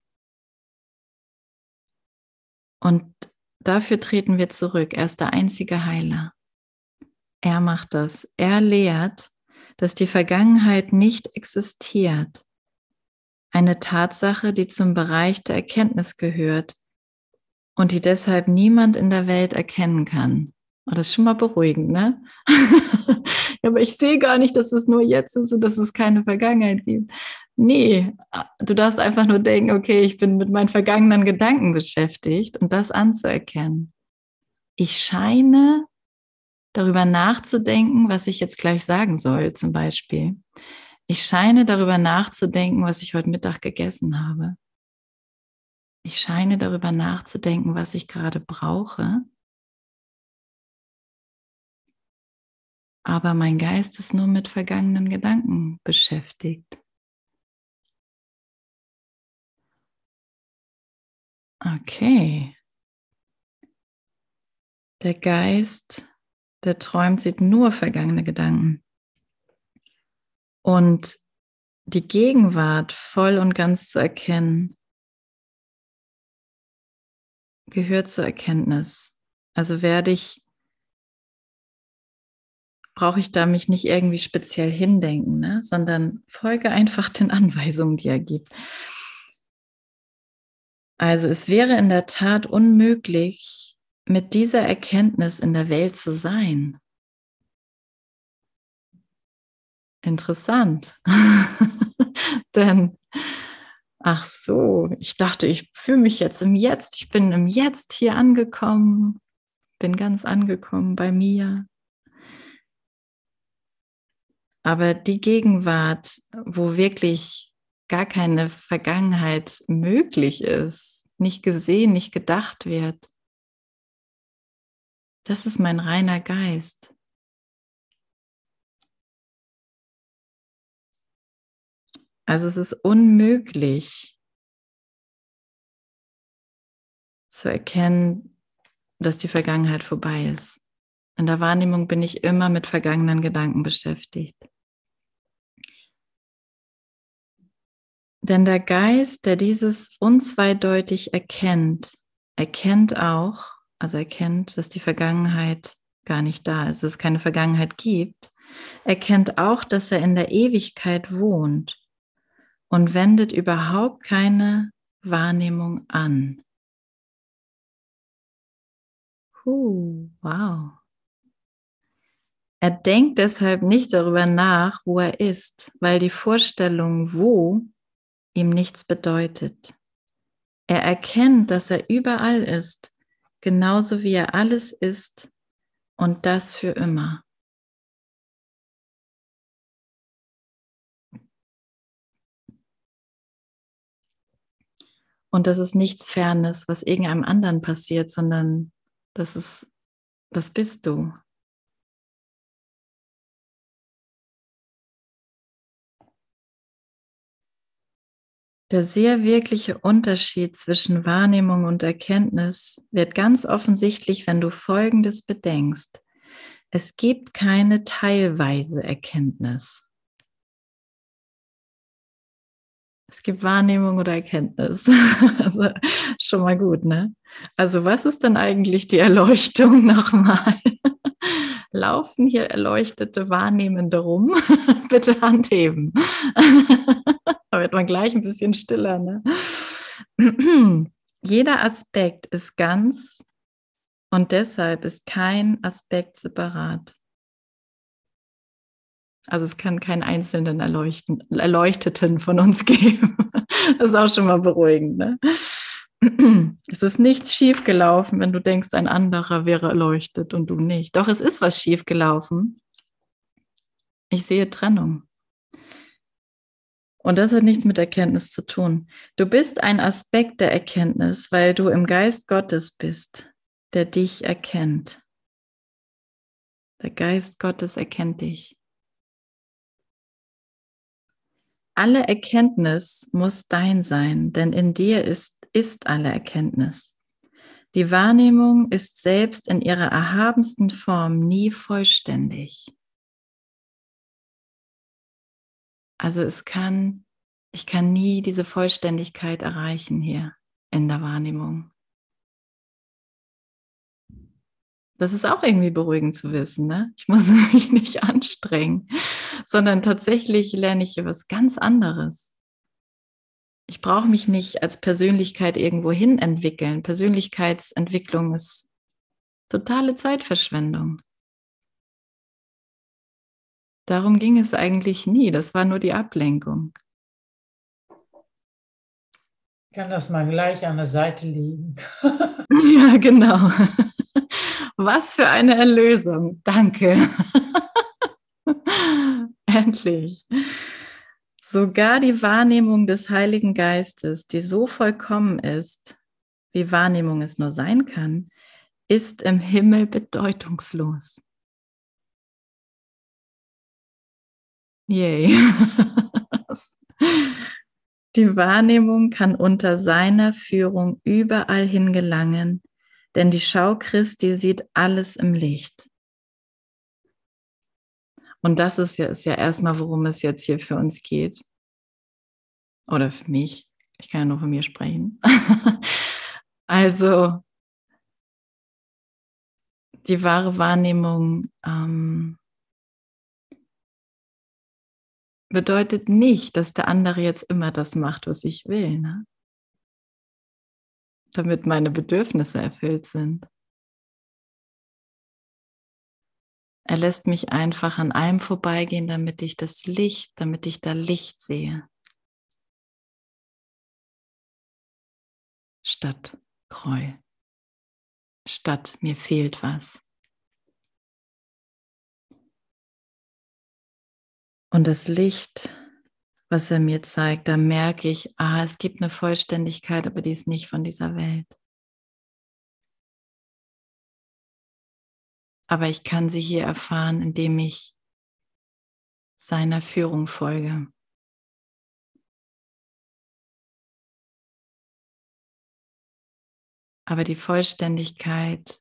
Und dafür treten wir zurück. Er ist der einzige Heiler. Er macht das. Er lehrt, dass die Vergangenheit nicht existiert. Eine Tatsache, die zum Bereich der Erkenntnis gehört und die deshalb niemand in der Welt erkennen kann. Oh, das ist schon mal beruhigend, ne? Ja, aber ich sehe gar nicht, dass es nur jetzt ist und dass es keine Vergangenheit gibt. Nee, du darfst einfach nur denken, okay, ich bin mit meinen vergangenen Gedanken beschäftigt und das anzuerkennen. Ich scheine darüber nachzudenken, was ich jetzt gleich sagen soll, zum Beispiel. Ich scheine darüber nachzudenken, was ich heute Mittag gegessen habe. Ich scheine darüber nachzudenken, was ich gerade brauche. Aber mein Geist ist nur mit vergangenen Gedanken beschäftigt. Okay. Der Geist, der träumt, sieht nur vergangene Gedanken. Und die Gegenwart voll und ganz zu erkennen, gehört zur Erkenntnis. Also werde ich, brauche ich da mich nicht irgendwie speziell hindenken, ne? Sondern folge einfach den Anweisungen, die er gibt. Also es wäre in der Tat unmöglich, mit dieser Erkenntnis in der Welt zu sein. Interessant. Denn, ach so, ich dachte, ich fühle mich jetzt im Jetzt, ich bin im Jetzt hier angekommen, bin ganz angekommen bei mir. Aber die Gegenwart, wo wirklich gar keine Vergangenheit möglich ist, nicht gesehen, nicht gedacht wird, das ist mein reiner Geist. Also es ist unmöglich zu erkennen, dass die Vergangenheit vorbei ist. In der Wahrnehmung bin ich immer mit vergangenen Gedanken beschäftigt. Denn der Geist, der dieses unzweideutig erkennt, erkennt auch, also erkennt, dass die Vergangenheit gar nicht da ist, dass es keine Vergangenheit gibt, erkennt auch, dass er in der Ewigkeit wohnt und wendet überhaupt keine Wahrnehmung an. Huh, wow. Er denkt deshalb nicht darüber nach, wo er ist, weil die Vorstellung, wo, ihm nichts bedeutet. Er erkennt, dass er überall ist, genauso wie er alles ist und das für immer. Und das ist nichts Fernes, was irgendeinem anderen passiert, sondern das ist, das bist du. Der sehr wirkliche Unterschied zwischen Wahrnehmung und Erkenntnis wird ganz offensichtlich, wenn du Folgendes bedenkst. Es gibt keine teilweise Erkenntnis. Es gibt Wahrnehmung oder Erkenntnis. Also schon mal gut, ne? Also was ist denn eigentlich die Erleuchtung nochmal? Laufen hier erleuchtete Wahrnehmende rum? Bitte Hand heben. Da wird man gleich ein bisschen stiller, ne? Jeder Aspekt ist ganz und deshalb ist kein Aspekt separat. Also es kann keinen einzelnen Erleuchteten von uns geben. Das ist auch schon mal beruhigend, ne? Es ist nichts schiefgelaufen, wenn du denkst, ein anderer wäre erleuchtet und du nicht. Doch es ist was schiefgelaufen. Ich sehe Trennung. Und das hat nichts mit Erkenntnis zu tun. Du bist ein Aspekt der Erkenntnis, weil du im Geist Gottes bist, der dich erkennt. Der Geist Gottes erkennt dich. Alle Erkenntnis muss dein sein, denn in dir ist, ist alle Erkenntnis. Die Wahrnehmung ist selbst in ihrer erhabensten Form nie vollständig. Also es kann, ich kann nie diese Vollständigkeit erreichen hier in der Wahrnehmung. Das ist auch irgendwie beruhigend zu wissen, ne? Ich muss mich nicht anstrengen, sondern tatsächlich lerne ich hier was ganz anderes. Ich brauche mich nicht als Persönlichkeit irgendwo hin entwickeln. Persönlichkeitsentwicklung ist totale Zeitverschwendung. Darum ging es eigentlich nie. Das war nur die Ablenkung. Ich kann das mal gleich an der Seite legen. Ja, genau. Was für eine Erlösung. Danke. Endlich. Sogar die Wahrnehmung des Heiligen Geistes, die so vollkommen ist, wie Wahrnehmung es nur sein kann, ist im Himmel bedeutungslos. Yay. Die Wahrnehmung kann unter seiner Führung überall hingelangen, denn die Schau Christi sieht alles im Licht. Und das ist ja, ist ja erstmal, worum es jetzt hier für uns geht. Oder für mich. Ich kann ja nur von mir sprechen. Also, die wahre Wahrnehmung ähm, bedeutet nicht, dass der andere jetzt immer das macht, was ich will, ne? Damit meine Bedürfnisse erfüllt sind. Er lässt mich einfach an allem vorbeigehen, damit ich das Licht, damit ich da Licht sehe. Statt Groll. Statt mir fehlt was. Und das Licht, was er mir zeigt, da merke ich, ah, es gibt eine Vollständigkeit, aber die ist nicht von dieser Welt. Aber ich kann sie hier erfahren, indem ich seiner Führung folge. Aber die Vollständigkeit,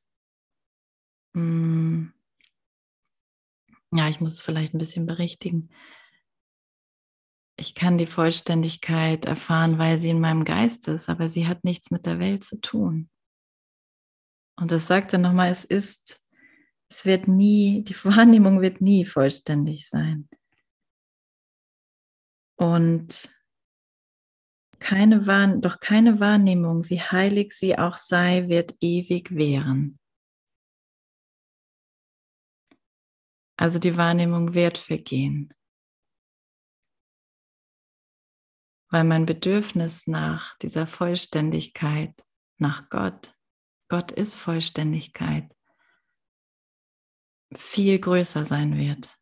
mh, ja, ich muss es vielleicht ein bisschen berichtigen. Ich kann die Vollständigkeit erfahren, weil sie in meinem Geist ist, aber sie hat nichts mit der Welt zu tun. Und das sagt er nochmal, es ist, Es wird nie, die Wahrnehmung wird nie vollständig sein. Und keine Wahr, doch keine Wahrnehmung, wie heilig sie auch sei, wird ewig währen. Also die Wahrnehmung wird vergehen. Weil mein Bedürfnis nach dieser Vollständigkeit, nach Gott, Gott ist Vollständigkeit, viel größer sein wird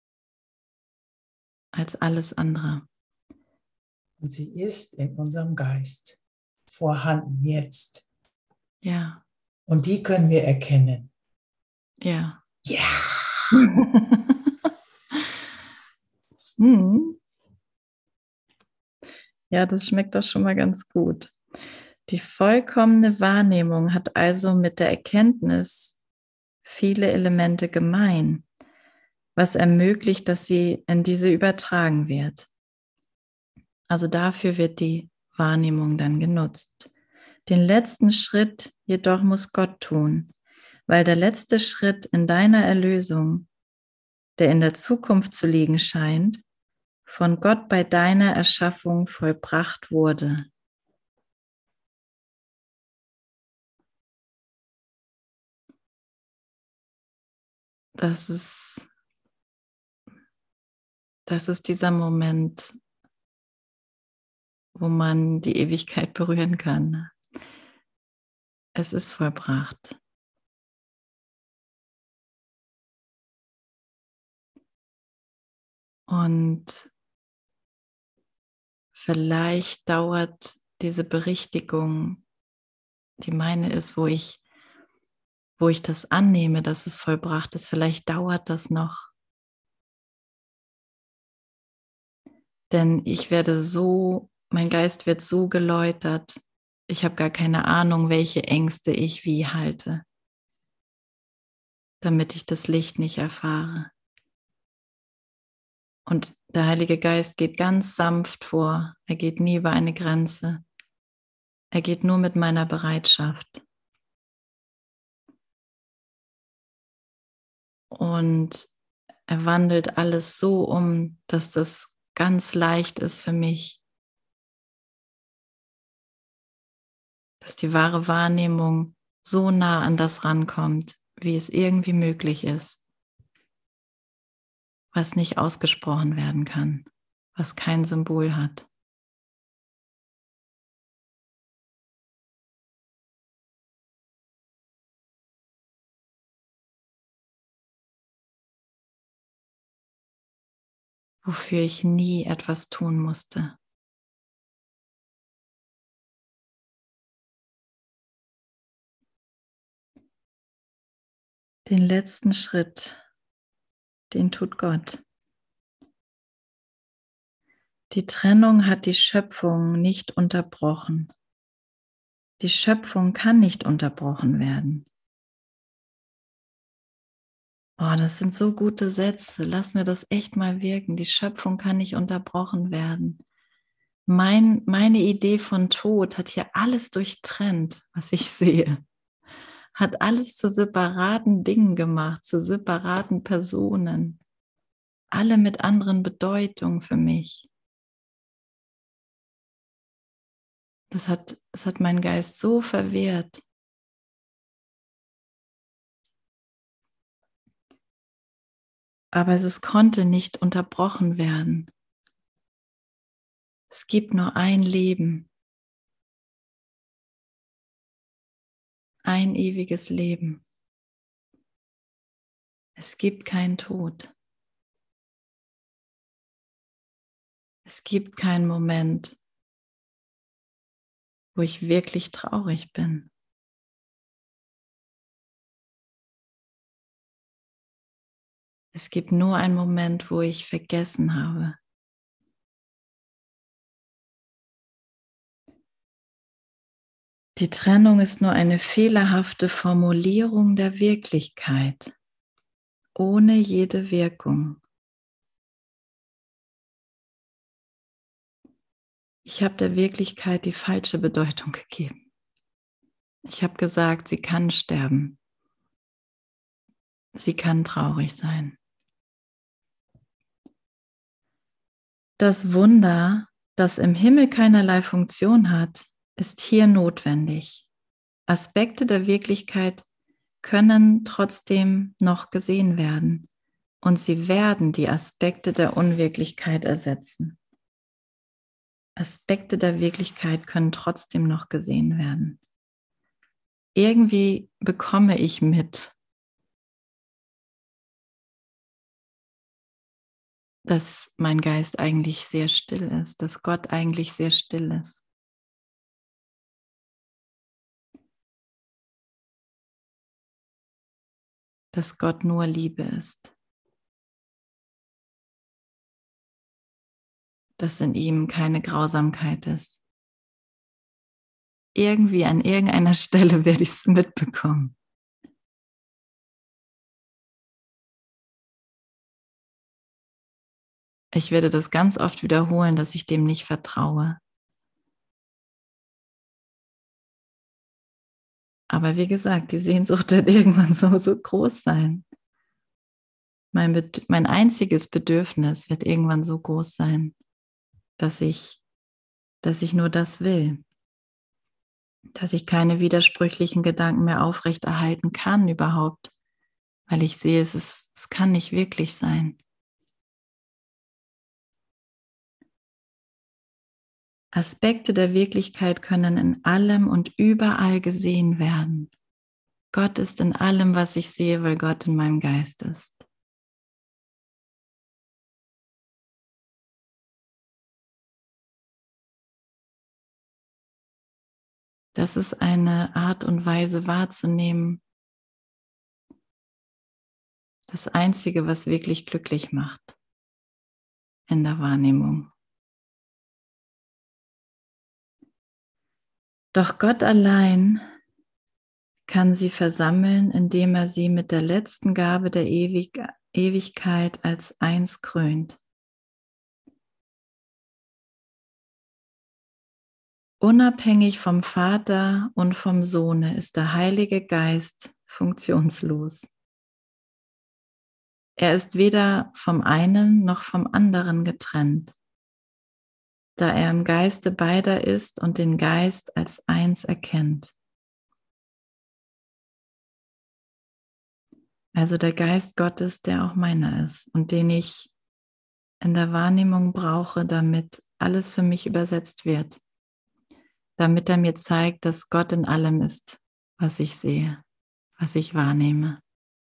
als alles andere. Und sie ist in unserem Geist vorhanden jetzt. Ja. Und die können wir erkennen. Ja. Ja. hm. Ja, das schmeckt doch schon mal ganz gut. Die vollkommene Wahrnehmung hat also mit der Erkenntnis viele Elemente gemein, was ermöglicht, dass sie in diese übertragen wird. Also dafür wird die Wahrnehmung dann genutzt. Den letzten Schritt jedoch muss Gott tun, weil der letzte Schritt in deiner Erlösung, der in der Zukunft zu liegen scheint, von Gott bei deiner Erschaffung vollbracht wurde. Das ist, das ist dieser Moment, wo man die Ewigkeit berühren kann. Es ist vollbracht. Und vielleicht dauert diese Berichtigung, die meine ist, wo ich, wo ich das annehme, dass es vollbracht ist, vielleicht dauert das noch. Denn ich werde so, mein Geist wird so geläutert, ich habe gar keine Ahnung, welche Ängste ich wie halte, damit ich das Licht nicht erfahre. Und der Heilige Geist geht ganz sanft vor, er geht nie über eine Grenze, er geht nur mit meiner Bereitschaft. Und er wandelt alles so um, dass das ganz leicht ist für mich, dass die wahre Wahrnehmung so nah an das rankommt, wie es irgendwie möglich ist, was nicht ausgesprochen werden kann, was kein Symbol hat. Wofür ich nie etwas tun musste. Den letzten Schritt, den tut Gott. Die Trennung hat die Schöpfung nicht unterbrochen. Die Schöpfung kann nicht unterbrochen werden. Oh, das sind so gute Sätze. Lass mir das echt mal wirken. Die Schöpfung kann nicht unterbrochen werden. Mein, meine Idee von Tod hat hier alles durchtrennt, was ich sehe. Hat alles zu separaten Dingen gemacht, zu separaten Personen. Alle mit anderen Bedeutungen für mich. Das hat, das hat meinen Geist so verwirrt. Aber es, es konnte nicht unterbrochen werden. Es gibt nur ein Leben. Ein ewiges Leben. Es gibt keinen Tod. Es gibt keinen Moment, wo ich wirklich traurig bin. Es gibt nur einen Moment, wo ich vergessen habe. Die Trennung ist nur eine fehlerhafte Formulierung der Wirklichkeit, ohne jede Wirkung. Ich habe der Wirklichkeit die falsche Bedeutung gegeben. Ich habe gesagt, sie kann sterben. Sie kann traurig sein. Das Wunder, das im Himmel keinerlei Funktion hat, ist hier notwendig. Aspekte der Wirklichkeit können trotzdem noch gesehen werden und sie werden die Aspekte der Unwirklichkeit ersetzen. Aspekte der Wirklichkeit können trotzdem noch gesehen werden. Irgendwie bekomme ich mit, dass mein Geist eigentlich sehr still ist, dass Gott eigentlich sehr still ist. Dass Gott nur Liebe ist. Dass in ihm keine Grausamkeit ist. Irgendwie an irgendeiner Stelle werde ich es mitbekommen. Ich werde das ganz oft wiederholen, dass ich dem nicht vertraue. Aber wie gesagt, die Sehnsucht wird irgendwann so, so groß sein. Mein, Be- mein einziges Bedürfnis wird irgendwann so groß sein, dass ich, dass ich nur das will. Dass ich keine widersprüchlichen Gedanken mehr aufrechterhalten kann überhaupt, weil ich sehe, es, ist, es kann nicht wirklich sein. Aspekte der Wirklichkeit können in allem und überall gesehen werden. Gott ist in allem, was ich sehe, weil Gott in meinem Geist ist. Das ist eine Art und Weise wahrzunehmen. Das Einzige, was wirklich glücklich macht in der Wahrnehmung. Doch Gott allein kann sie versammeln, indem er sie mit der letzten Gabe der Ewig- Ewigkeit als eins krönt. Unabhängig vom Vater und vom Sohne ist der Heilige Geist funktionslos. Er ist weder vom einen noch vom anderen getrennt, da er im Geiste beider ist und den Geist als eins erkennt. Also der Geist Gottes, der auch meiner ist und den ich in der Wahrnehmung brauche, damit alles für mich übersetzt wird. Damit er mir zeigt, dass Gott in allem ist, was ich sehe, was ich wahrnehme.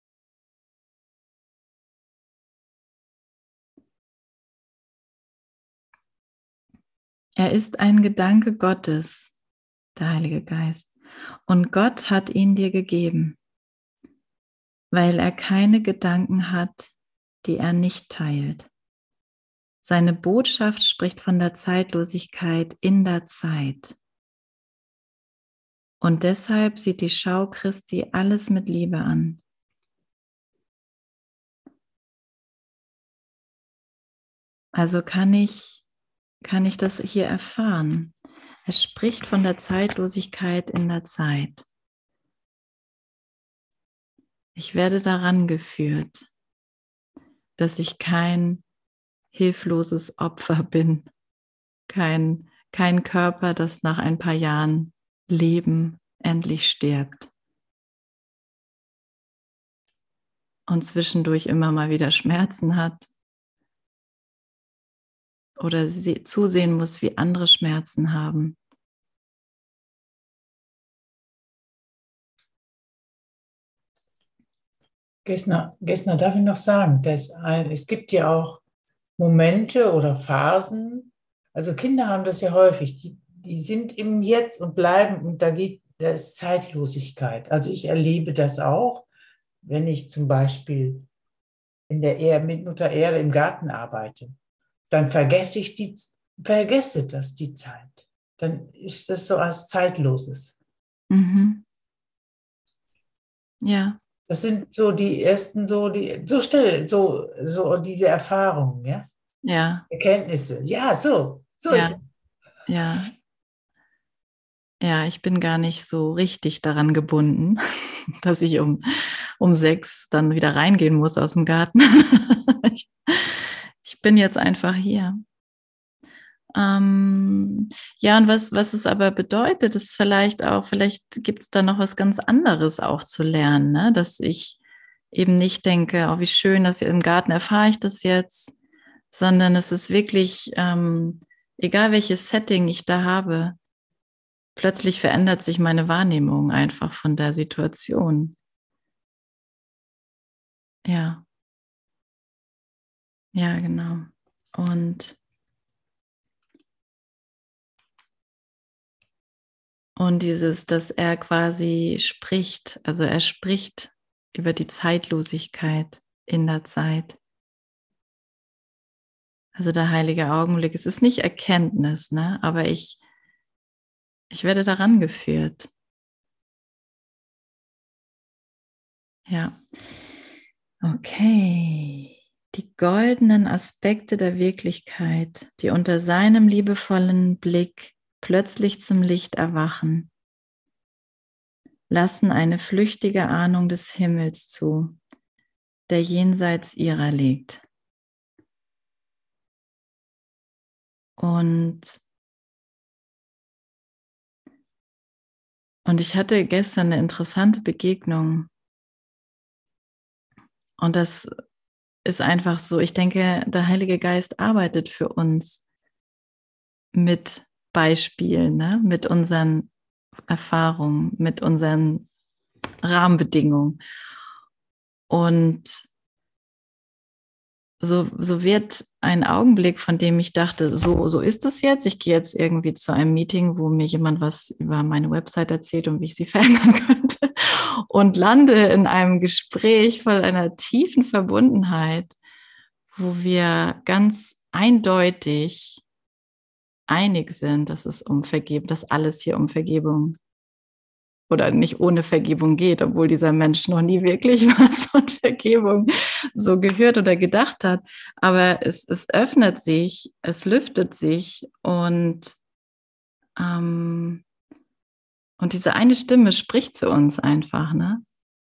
Er ist ein Gedanke Gottes, der Heilige Geist, und Gott hat ihn dir gegeben, weil er keine Gedanken hat, die er nicht teilt. Seine Botschaft spricht von der Zeitlosigkeit in der Zeit. Und deshalb sieht die Schau Christi alles mit Liebe an. Also kann ich, kann ich das hier erfahren. Es spricht von der Zeitlosigkeit in der Zeit. Ich werde daran geführt, dass ich kein hilfloses Opfer bin, kein, kein Körper, das nach ein paar Jahren Leben endlich stirbt und zwischendurch immer mal wieder Schmerzen hat oder sie, zusehen muss, wie andere Schmerzen haben. Gessner, Gessner, darf ich noch sagen, dass ein, es gibt ja auch Momente oder Phasen, also Kinder haben das ja häufig, die, die sind im Jetzt und bleiben und da geht, da ist Zeitlosigkeit. Also ich erlebe das auch, wenn ich zum Beispiel in der Erde, mit Mutter Erde im Garten arbeite, dann vergesse ich die, vergesse das die Zeit. Dann ist das so als Zeitloses. Mhm. Ja. Das sind so die ersten, so die, so still, so, so diese Erfahrungen, ja, Ja. Erkenntnisse. Ja, so, so Ja. ist es. Ja. Ja, ich bin gar nicht so richtig daran gebunden, dass ich um, um sechs dann wieder reingehen muss aus dem Garten. ich, ich bin jetzt einfach hier. Ähm, ja, und was, was es aber bedeutet, ist vielleicht auch, vielleicht gibt es da noch was ganz anderes auch zu lernen, ne? Dass ich eben nicht denke, oh, wie schön, dass im Garten erfahre ich das jetzt, sondern es ist wirklich, ähm, egal welches Setting ich da habe, plötzlich verändert sich meine Wahrnehmung einfach von der Situation. Ja, ja, genau. Und Und dieses, dass er quasi spricht, also er spricht über die Zeitlosigkeit in der Zeit. Also der heilige Augenblick. Es ist nicht Erkenntnis, ne? Aber ich, ich werde daran geführt. Ja. Okay. Die goldenen Aspekte der Wirklichkeit, die unter seinem liebevollen Blick plötzlich zum Licht erwachen, lassen eine flüchtige Ahnung des Himmels zu, der jenseits ihrer liegt. Und, und ich hatte gestern eine interessante Begegnung. Und das ist einfach so, ich denke, der Heilige Geist arbeitet für uns mit Beispielen, ne? Mit unseren Erfahrungen, mit unseren Rahmenbedingungen. Und so, so wird ein Augenblick, von dem ich dachte, so, so ist es jetzt. Ich gehe jetzt irgendwie zu einem Meeting, wo mir jemand was über meine Website erzählt und wie ich sie verändern könnte und lande in einem Gespräch voll einer tiefen Verbundenheit, wo wir ganz eindeutig einig sind, dass es um Vergebung, dass alles hier um Vergebung oder nicht ohne Vergebung geht, obwohl dieser Mensch noch nie wirklich was von Vergebung so gehört oder gedacht hat. Aber es, es öffnet sich, es lüftet sich und, ähm, und diese eine Stimme spricht zu uns einfach, ne?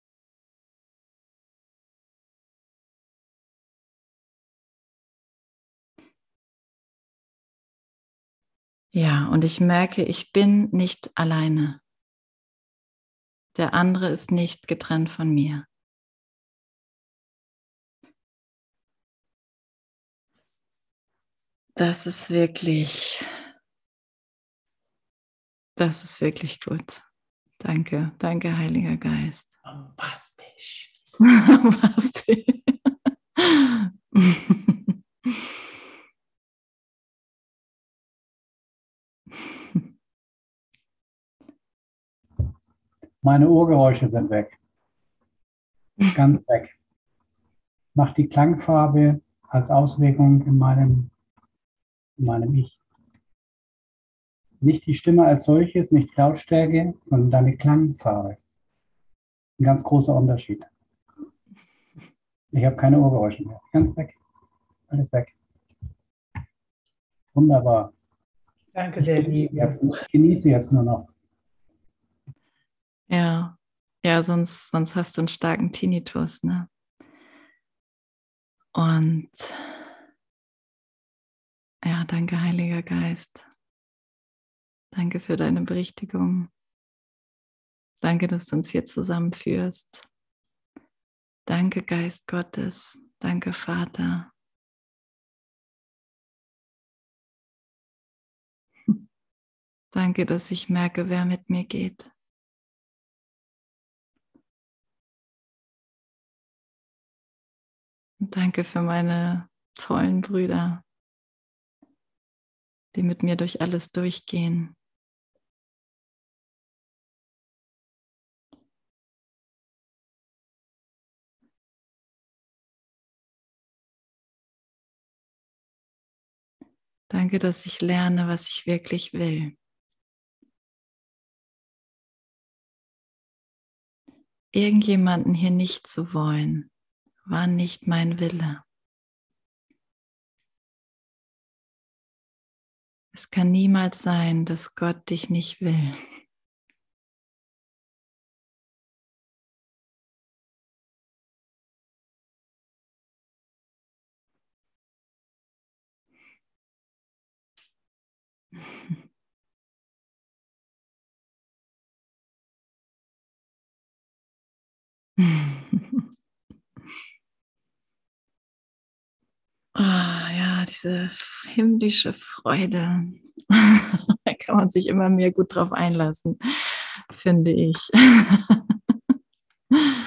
Ja, und ich merke, ich bin nicht alleine. Der andere ist nicht getrennt von mir. Das ist wirklich, das ist wirklich gut. Danke, danke, Heiliger Geist. Bombastisch. Bombastisch. Meine Ohrgeräusche sind weg. Ganz weg. Mach die Klangfarbe als Auswirkung in meinem, in meinem Ich. Nicht die Stimme als solches, nicht Lautstärke, sondern deine Klangfarbe. Ein ganz großer Unterschied. Ich habe keine Ohrgeräusche mehr. Ganz weg. Alles weg. Wunderbar. Danke, der Liebe. Jetzt, ich genieße jetzt nur noch. Ja, ja, sonst, sonst hast du einen starken Tinnitus, ne? Und ja, danke, Heiliger Geist. Danke für deine Berichtigung. Danke, dass du uns hier zusammenführst. Danke, Geist Gottes. Danke, Vater. Danke, dass ich merke, wer mit mir geht. Und danke für meine tollen Brüder, die mit mir durch alles durchgehen. Danke, dass ich lerne, was ich wirklich will. Irgendjemanden hier nicht zu wollen, war nicht mein Wille. Es kann niemals sein, dass Gott dich nicht will. Ah, ja, diese himmlische Freude. Da kann man sich immer mehr gut drauf einlassen, finde ich.